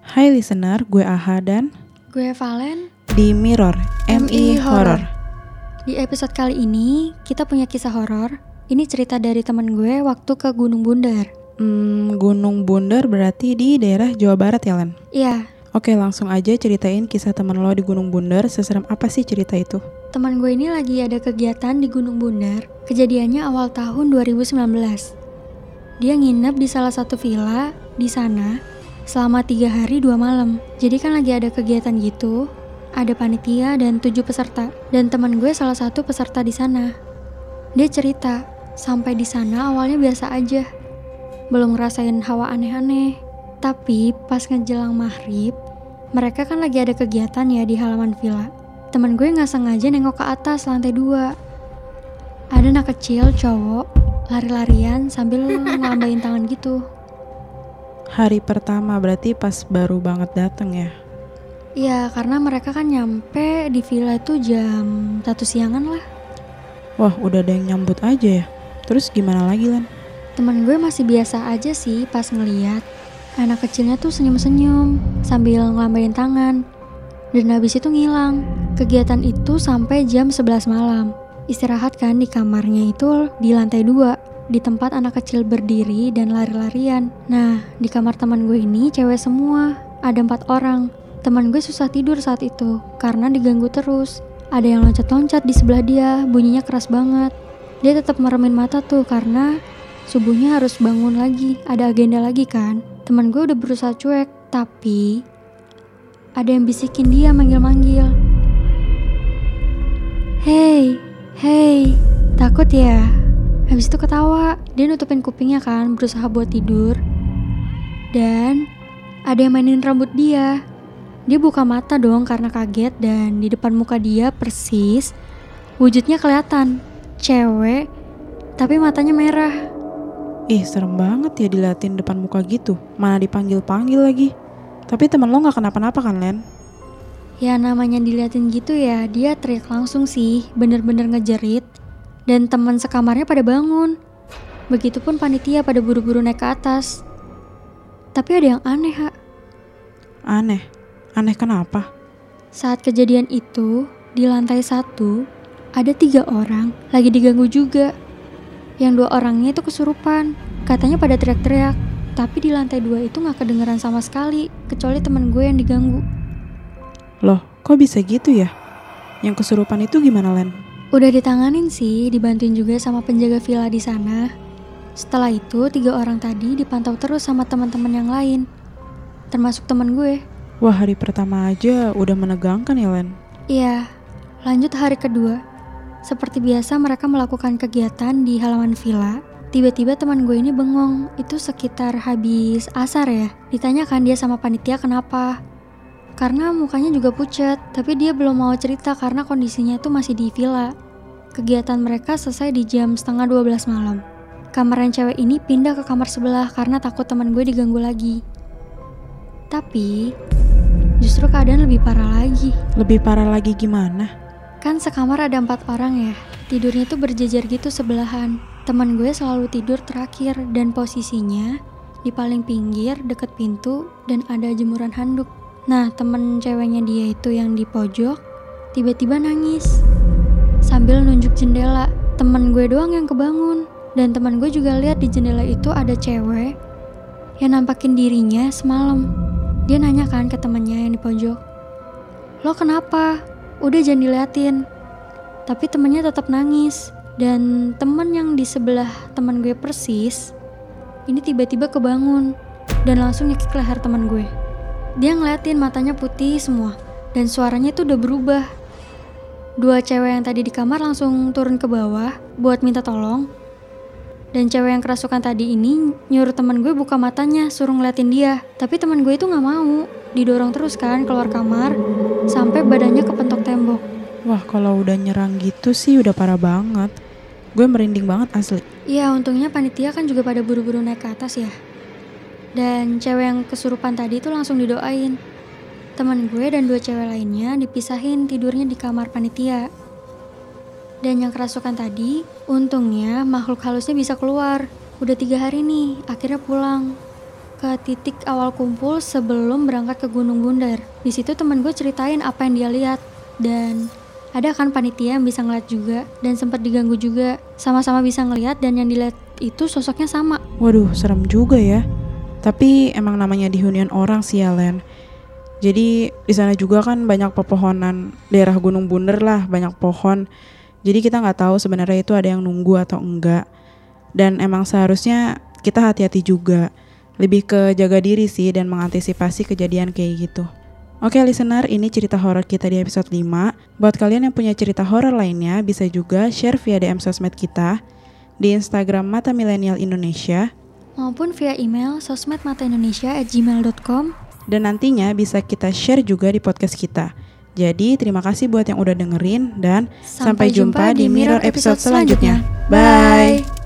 Hai listener, gue Aha dan Gue Valen di Mirror, MI Horror. Di episode kali ini, kita punya kisah horor. Ini cerita dari teman gue waktu ke Gunung Bundar. Gunung Bundar berarti di daerah Jawa Barat ya, Len? Iya, Oke, langsung aja ceritain kisah teman lo di Gunung Bundar. Seserem apa sih cerita itu? teman gue ini lagi ada kegiatan di Gunung Bundar. Kejadiannya awal tahun 2019. Dia nginep di salah satu villa di sana selama 3 hari 2 malam. Jadi kan lagi ada kegiatan gitu. Ada panitia dan 7 peserta. Dan teman gue salah satu peserta di sana. Dia cerita, sampai di sana awalnya biasa aja. Belum ngerasain hawa aneh-aneh. Tapi pas ngejelang maghrib, mereka kan lagi ada kegiatan ya di halaman villa. Temen gue nggak sengaja nengok ke atas lantai 2. Ada anak kecil cowok lari-larian sambil ngelambain tangan gitu. Hari pertama berarti pas baru banget dateng ya? Iya, karena mereka kan nyampe di villa itu jam 1 siangan lah. Wah, udah ada yang nyambut aja ya? Terus gimana lagi, Len? Temen gue masih biasa aja sih pas ngeliat anak kecilnya tuh senyum-senyum sambil ngelambain tangan. Dan habis itu ngilang. Kegiatan itu sampai jam 11 malam. Istirahat kan di kamarnya itu di lantai 2, di tempat anak kecil berdiri dan lari-larian. Nah, di kamar teman gue ini cewek semua, ada 4 orang. Teman gue susah tidur saat itu karena diganggu terus. Ada yang loncat-loncat di sebelah dia, bunyinya keras banget. Dia tetap meremin mata tuh karena subuhnya harus bangun lagi, ada agenda lagi kan. Teman gue udah berusaha cuek, tapi ada yang bisikin dia manggil-manggil. Hey, takut ya? Habis itu ketawa, dia nutupin kupingnya kan, berusaha buat tidur. Dan ada yang mainin rambut dia. Dia buka mata dong karena kaget dan di depan muka dia persis wujudnya kelihatan. Cewek, tapi matanya merah. Ih, serem banget ya diliatin depan muka gitu. Mana dipanggil-panggil lagi. Tapi temen lo gak kenapa-napa kan, Len? Ya namanya diliatin gitu ya, dia teriak langsung sih, bener-bener ngejerit. Dan teman sekamarnya pada bangun. Begitupun panitia pada buru-buru naik ke atas. Tapi ada yang aneh, Ha. Aneh? Aneh kenapa? Saat kejadian itu, di lantai 1, ada 3 orang lagi diganggu juga. Yang 2 orangnya itu kesurupan, katanya pada teriak-teriak. Tapi di lantai 2 itu gak kedengeran sama sekali, kecuali temen gue yang diganggu. Loh, kok bisa gitu ya? Yang kesurupan itu gimana, Len? Udah ditanganin sih, dibantuin juga sama penjaga villa di sana. Setelah itu, 3 orang tadi dipantau terus sama teman-teman yang lain, termasuk teman gue. Wah, hari pertama aja udah menegangkan ya, Len? Iya, lanjut hari kedua. Seperti biasa mereka melakukan kegiatan di halaman villa. Tiba-tiba teman gue ini bengong, itu sekitar habis asar ya. Ditanyakan dia sama panitia kenapa. Karena mukanya juga pucat, tapi dia belum mau cerita karena kondisinya itu masih di villa. Kegiatan mereka selesai di jam 11:30 malam. Kamar yang cewek ini pindah ke kamar sebelah karena takut teman gue diganggu lagi. Tapi justru keadaan lebih parah lagi. Lebih parah lagi gimana? Kan sekamar ada 4 orang ya, tidurnya tuh berjejer gitu sebelahan. Teman gue selalu tidur terakhir dan posisinya di paling pinggir deket pintu dan ada jemuran handuk. Nah, temen ceweknya dia itu yang di pojok tiba-tiba nangis sambil nunjuk jendela. Temen gue doang yang kebangun. Dan temen gue juga lihat di jendela itu ada cewek yang nampakin dirinya semalam. Dia nanya kan ke temennya yang di pojok, "Lo kenapa? Udah jangan diliatin." Tapi temennya tetap nangis. Dan temen yang di sebelah temen gue persis ini tiba-tiba kebangun dan langsung nyekik leher temen gue. Dia ngeliatin matanya putih semua dan suaranya tuh udah berubah. 2 cewek yang tadi di kamar langsung turun ke bawah buat minta tolong. Dan cewek yang kerasukan tadi ini nyuruh temen gue buka matanya, suruh ngeliatin dia. Tapi temen gue itu gak mau, didorong terus kan keluar kamar sampai badannya kepentok tembok. Wah, kalau udah nyerang gitu sih udah parah banget. Gue merinding banget asli. Iya, untungnya panitia kan juga pada buru-buru naik ke atas ya. Dan cewek yang kesurupan tadi itu langsung didoain. Teman gue dan 2 cewek lainnya dipisahin tidurnya di kamar panitia. Dan yang kerasukan tadi, untungnya makhluk halusnya bisa keluar. Udah 3 hari nih, akhirnya pulang. ke titik awal kumpul sebelum berangkat ke Gunung Bunder. Di situ temen gue ceritain apa yang dia lihat, dan ada kan panitia yang bisa ngeliat juga dan sempat diganggu juga. Sama-sama bisa ngeliat dan yang dilihat itu sosoknya sama. Waduh, serem juga ya. Tapi emang namanya dihunian orang sih ya, Len. Jadi di sana juga kan banyak pepohonan, daerah Gunung Bunder lah, banyak pohon. Jadi kita nggak tahu sebenarnya itu ada yang nunggu atau enggak. Dan emang seharusnya kita hati-hati juga. Lebih ke jaga diri sih dan mengantisipasi kejadian kayak gitu. Oke listener, ini cerita horor kita di episode 5. Buat kalian yang punya cerita horor lainnya, bisa juga share via DM sosmed kita di Instagram Mata Milenial Indonesia maupun via email sosmedmataindonesia@gmail.com. dan nantinya bisa kita share juga di podcast kita. Jadi terima kasih buat yang udah dengerin dan sampai jumpa di Mirror episode selanjutnya. Bye!